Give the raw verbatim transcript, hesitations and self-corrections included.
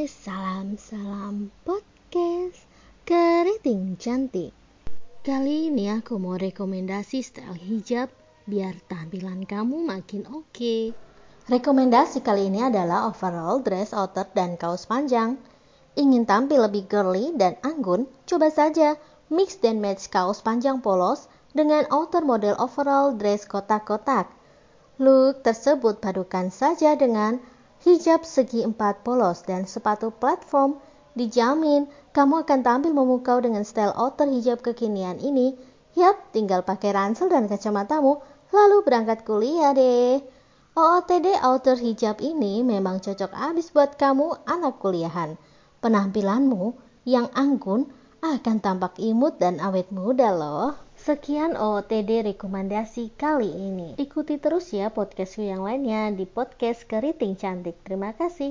salam-salam podcast Keriting Cantik. Kali ini aku mau rekomendasi style hijab biar tampilan kamu makin oke. Rekomendasi kali ini adalah overall, dress, outer, dan kaos panjang. Ingin tampil lebih girly dan anggun? Coba saja mix dan match kaos panjang polos dengan outer model overall dress kotak-kotak. Look tersebut padukan saja dengan hijab segi empat polos dan sepatu platform. Dijamin kamu akan tampil memukau dengan style outer hijab kekinian ini. Yap, tinggal pakai ransel dan kacamatamu lalu berangkat kuliah deh. O O T D outer hijab ini memang cocok abis buat kamu anak kuliahan. Penampilanmu yang anggun akan tampak imut dan awet muda loh. Sekian O O T D rekomendasi kali ini. Ikuti terus ya podcastku yang lainnya di podcast Keriting Cantik. Terima kasih.